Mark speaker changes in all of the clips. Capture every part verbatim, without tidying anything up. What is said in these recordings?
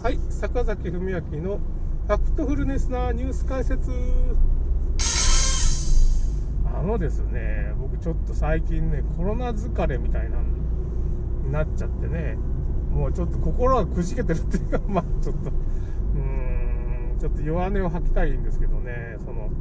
Speaker 1: はい、坂崎文明のファクトフルネスなニュース解説。あのですね、僕ちょっと最近ね、コロナ疲れみたいなになっちゃってね、もうちょっと心がくじけてるっていうか、まあちょっと、うーん、ちょっと弱音を吐きたいんですけどね、その、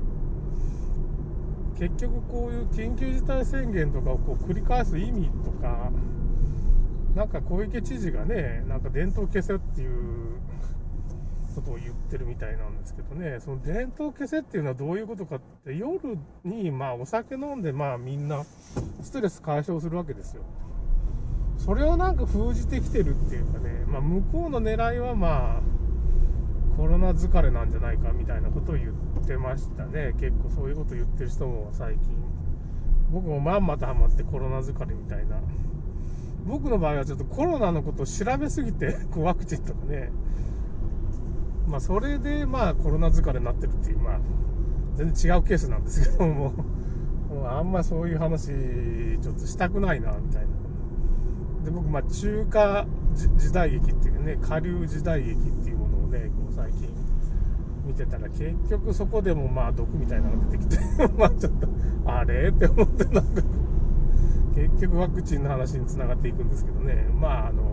Speaker 1: 結局こういう緊急事態宣言とかをこう繰り返す意味とか、なんか小池知事がね、なんか伝統消せっていうことを言ってるみたいなんですけどね、その伝統消せっていうのはどういうことかって、夜にまあお酒飲んでまあみんなストレス解消するわけですよ。それをなんか封じてきてるっていうかね、まあ向こうの狙いはまあコロナ疲れなんじゃないかみたいなことを言ってましたね。結構そういうこと言ってる人も最近、僕もまんまとハマってコロナ疲れみたいな。僕の場合はちょっとコロナのことを調べすぎてワクチンとかね、まあそれでまあコロナ疲れになってるっていう、まあ全然違うケースなんですけども、もうあんまそういう話ちょっとしたくないなみたいな。で僕まあ中華時代劇っていうね、下流時代劇っていうものをね、こう最近見てたら結局そこでもまあ毒みたいなのが出てきてまあちょっとあれって思って、なんか結局ワクチンの話につながっていくんですけどね、まああの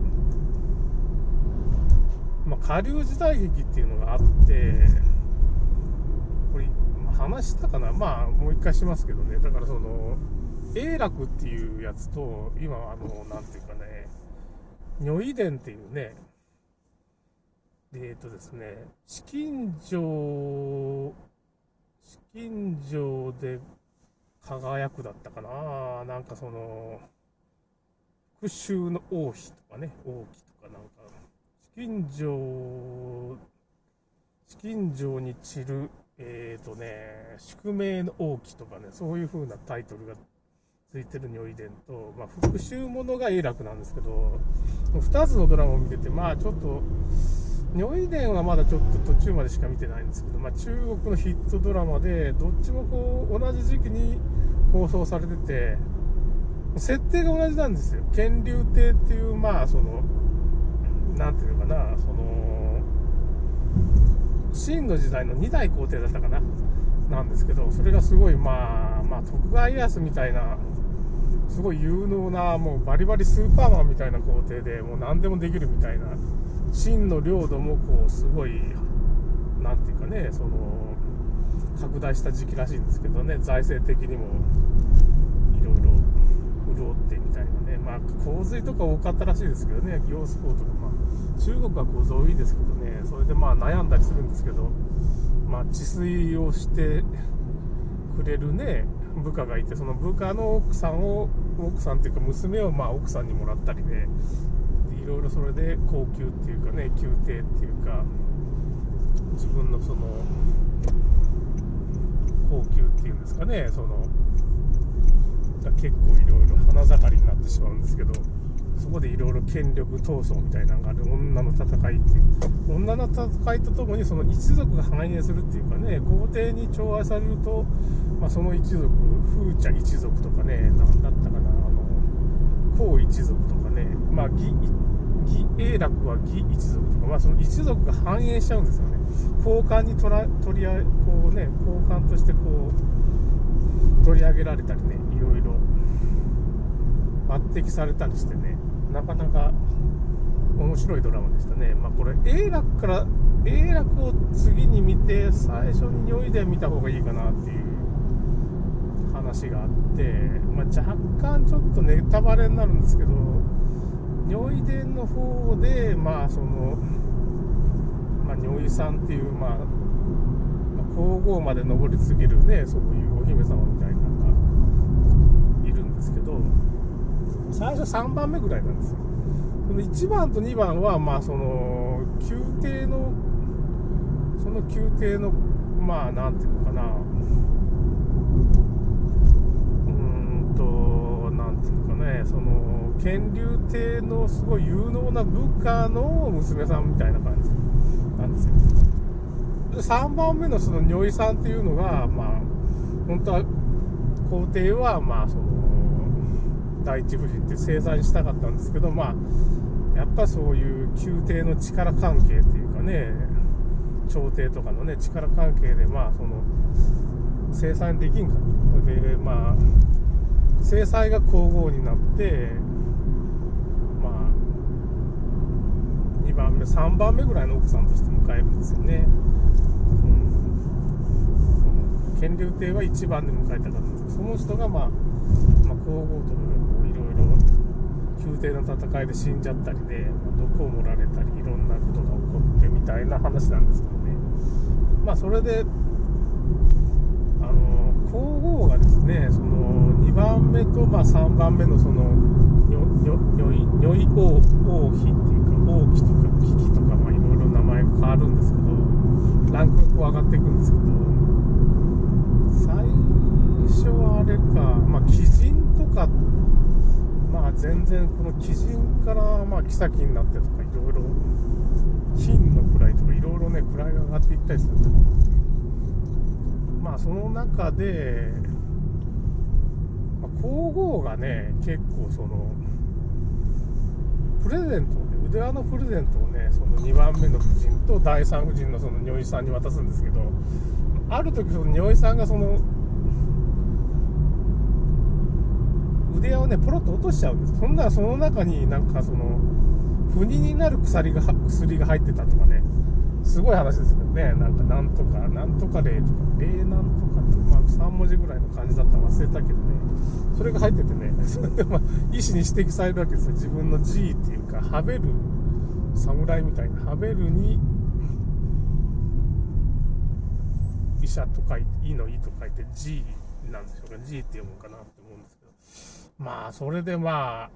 Speaker 1: まあ、下流時代劇っていうのがあって、これ、まあ、話したかな、まあもう一回しますけどね、だからその永楽っていうやつと、今あのなんていうかね、如意伝っていうね、えーとですね、紫禁城紫禁城で輝くだったかな、なんかその復讐の王妃とかね、王妃とかなんか紫禁城紫禁城に散るえーとね宿命の王妃とかね、そういう風なタイトルがついてる如意伝と、まあ、復讐ものが永楽なんですけど、ふたつのドラマを見てて、まあちょっと如意伝はまだちょっと途中までしか見てないんですけど、まあ、中国のヒットドラマでどっちもこう同じ時期に放送されてて、設定が同じなんですよ。乾隆帝っていうまあそのなんていうのかな、その清の時代のに代皇帝だったかななんですけど、それがすごいまあまあ徳川家康みたいなすごい有能な、もうバリバリスーパーマンみたいな皇帝で、もう何でもできるみたいな、清の領土もこうすごいなんていうかね、その拡大した時期らしいんですけどね、財政的にもいろいろ潤ってみたいなね、まあ洪水とか多かったらしいですけどね、揚水港とか、まあ中国は洪水多いですけどね、それでまあ悩んだりするんですけど、まあ治水をしてくれるね部下がいて、その部下の奥さんを奥さんっていうか娘をまあ奥さんにもらったりね、いろいろそれで高級っていうかね、宮廷っていうか自分のその高級っていうんですかね、その結構いろいろ花盛りになってしまうんですけど、そこでいろいろ権力闘争みたいなのがある、女の戦いっていう、女の戦いとともにその一族が繁栄するっていうかね、皇帝に寵愛されると、まあ、その一族、風茶一族とかね、なんだったかな、あの皇一族とかね、まあ義義永楽は義一族とか、まあその一族が繁栄しちゃうんですよね。高官に取ら取り合いこうね、高官としてこう取り上げられたりね、いろいろ抜擢されたりしてね、なかなか面白いドラマでしたね。まあこれ永楽から永楽を次に見て最初に如意伝見た方がいいかなっていう話があって、まあ、若干ちょっとネタバレになるんですけど、如意伝の方でまあその、まあ、如意さんっていう、まあ、まあ皇后まで上り継げるね、そういうお姫様みたいなのがいるんですけど、最初さんばんめぐらいなんですよ。そのいちばんとにばんはまあその宮廷のその宮廷のまあなんていうのかな、うーんとなんていうのかね、その乾隆帝のすごい有能な部下の娘さんみたいな感じなんですよ。でさんばんめのその如意さんっていうのがまあ本当は皇帝はまあその第一夫人って正座にしたかったんですけど、まあやっぱそういう宮廷の力関係っていうかね、朝廷とかのね力関係でまあその制裁できんかと。でまあ制裁が皇后になって、まあにばんめさんばんめぐらいの奥さんとして迎えるんですよね。うん、乾隆帝はいちばんで迎えた方なんですけど、その人がまあ、まあ、皇后とかがこういろいろ宮廷の戦いで死んじゃったりで、まあ、毒を盛られたりいろんなことが起こってみたいな話なんですけどね。まあそれであの皇后がですね、そのにばんめとまあさんばんめのその如意王妃っていうか王妃とか妃とかまあいろいろ名前が変わるんですけど、ランクがこう上がっていくんですけど、最初はあれか、まあ貴人とかまあ全然この貴人からまあ妃になってとかいろいろ品の位とかいろいろね位が上がっていったりするんですよ。まあその中で、まあ、皇后がね結構そのプレゼントをね腕輪のプレゼントをねそのにばんめの夫人とだいさん夫人のその如意さんに渡すんですけど、ある時その如意さんがその腕輪をねポロッと落としちゃうんです。そんならその中になんかその不妊になる薬が薬が入ってたとかね、すごい話ですけどね。なんかなんとかなんとか霊とか霊なんとかって、まあ、さん文字ぐらいの感じだったら忘れたけどね、それが入っててね、それでまあ医師に指摘されるわけですよ。自分の G っていうかハベル侍みたいなハベルに医者と書いて医の医と書いて G なんでしょうか、 G って読むかなって思うんですけど、まあそれでまあ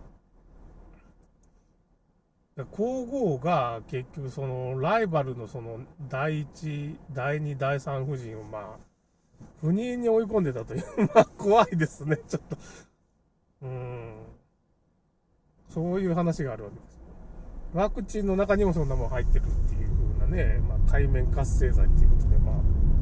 Speaker 1: 皇后が結局そのライバルのその第一、第二、第三夫人をまあ不妊に追い込んでたというまあ怖いですね、ちょっと。うーん、そういう話があるわけです。ワクチンの中にもそんなもん入ってるっていう風なね、まあ、界面活性剤っていうことで、まあ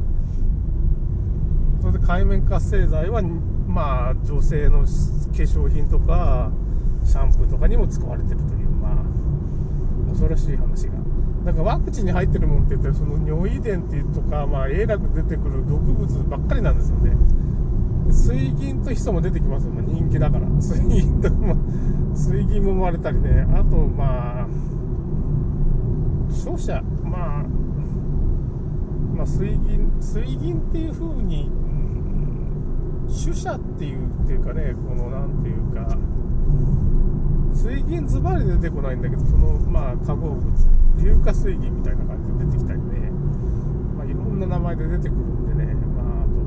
Speaker 1: それで界面活性剤はまあ女性の化粧品とかシャンプーとかにも使われてるという、まあ恐ろしい話が。だからワクチンに入ってるもんって言ったらその尿遺伝っていうとか、まあ永楽出てくる毒物ばっかりなんですよね。水銀とヒ素も出てきますよ、まあ、人気だから。水銀と、まあ、水銀も生まれたりね。あとまあ著者、まあまあ水銀水銀っていう風に、うん、主者っていうっていうかね、このなんていうか。水銀ズバリ出てこないんだけど、そのまあ化合物硫化水銀みたいな感じで出てきたりね、まあ、いろんな名前で出てくるんでね、まあ、あ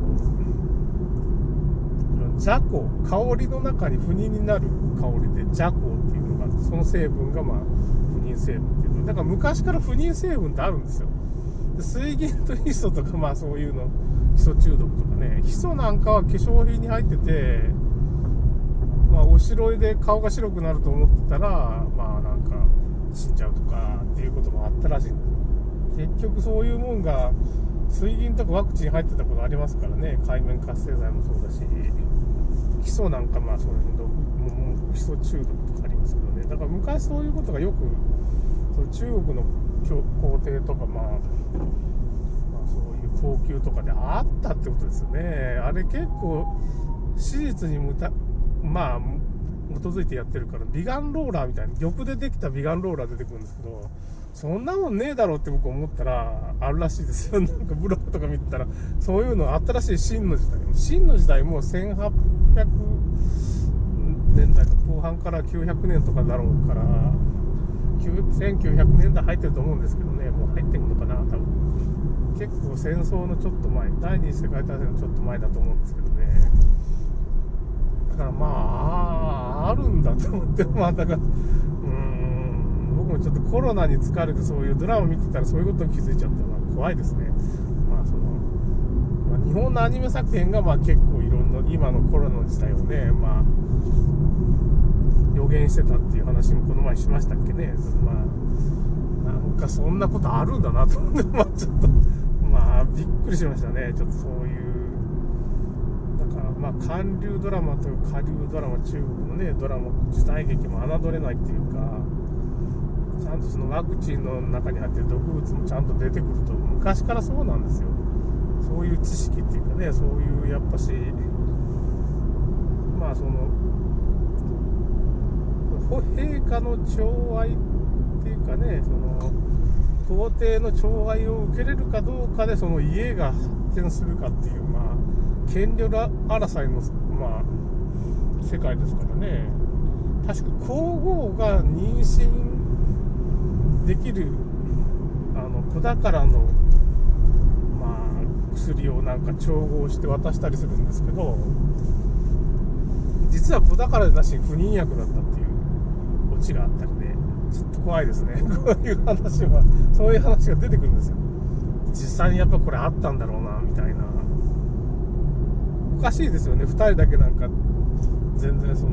Speaker 1: とジャコ、香りの中に不妊になる香りでジャコっていうのがあって、その成分がまあ不妊成分っていうのだから昔から不妊成分ってあるんですよ。で水銀とヒ素とかまあそういうの、ヒ素中毒とかね、ヒ素なんかは化粧品に入ってて、まあ、おしろいで顔が白くなると思ってたら、まあなんか死んじゃうとかっていうこともあったらしいんです。結局そういうもんが水銀とかワクチン入ってたことありますからね。界面活性剤もそうだし、ヒ素なんかまあそういうのもヒ素中毒とかありますけどね。だから昔そういうことがよくその中国の皇帝とか、まあ、まあそういう高級とかであったってことですよね。あれ結構史実にむたまあ基づいてやってるから、美顔ローラーみたいな玉でできた美顔ローラー出てくるんですけど、そんなもんねえだろうって僕思ったらあるらしいですよ。なんかブログとか見てたらそういうのあったらしい。清の時代清の時代もせんはっぴゃくねんだいの後半からきゅうひゃくねんとかだろうから、せんきゅうひゃくねんだい入ってると思うんですけどね、もう入ってるのかな多分。結構戦争のちょっと前、第二次世界大戦のちょっと前だと思うんですけどね。だからまああるんだと思って、まあだからうーん、僕もちょっとコロナに疲れてそういうドラマ見てたらそういうことに気づいちゃったのは怖いですね。まあその、まあ、日本のアニメ作品がまあ結構いろんな今のコロナの時代をね、まあ予言してたっていう話もこの前しましたっけね。まあなんかそんなことあるんだなと思って、まあちょっとまあびっくりしましたね。ちょっとそういうだからまあ韓流ドラマという下流ドラマ、中国のねドラマ時代劇も侮れないっていうか、 ゃんとそのワクチンの中に入ってる毒物もちゃんと出てくると、昔からそうなんですよ。そういう知識っていうかね、そういうやっぱしまあその陛下の寵愛っていうかね、その皇帝の寵愛を受けれるかどうかでその家が発展するかっていう、まあ権力争いのまあ世界ですからね。確か皇后が妊娠できるあの子宝のまあ薬をなんか調合して渡したりするんですけど、実は子宝でなしに不妊薬だったっていうオチがあったりね、ちょっと怖いですね。こういう話は、そういう話が出てくるんですよ。実際にやっぱこれあったんだろうなみたいな。おかしいですよね。ふたりだけなんか全然その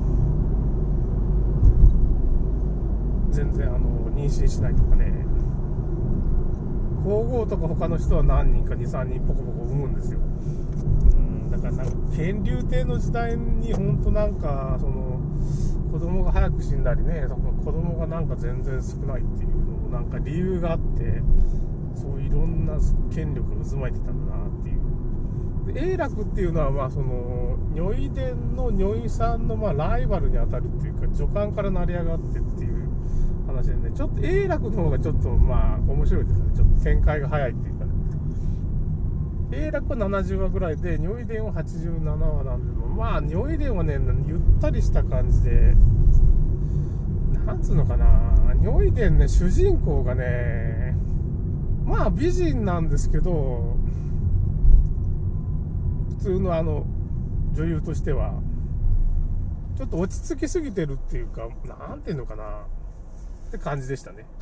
Speaker 1: 全然あの妊娠しないとかね。皇后とか他の人は何人かにさんにんポコポコ産むんですよ。うんだからなんか乾隆帝の時代に本当なんかその子供が早く死んだりね、その子供がなんか全然少ないっていうのもなんか理由があって、そういろんな権力が渦巻いてたんだなっていう。で永楽っていうのはまあその如意殿の如意さんのまあライバルに当たるっていうか、女官から成り上がってっていう話でね、ちょっと永楽の方がちょっとまあ面白いですね。ちょっと展開が早いっていうかね。永楽はななじゅうわぐらいで、如意殿ははちじゅうななわなんで、まあ如意殿はねゆったりした感じで、なんつうのかな、如意殿ね主人公がねまあ美人なんですけど、普通のあの女優としてはちょっと落ち着きすぎてるっていうか、なんていうのかなって感じでしたね。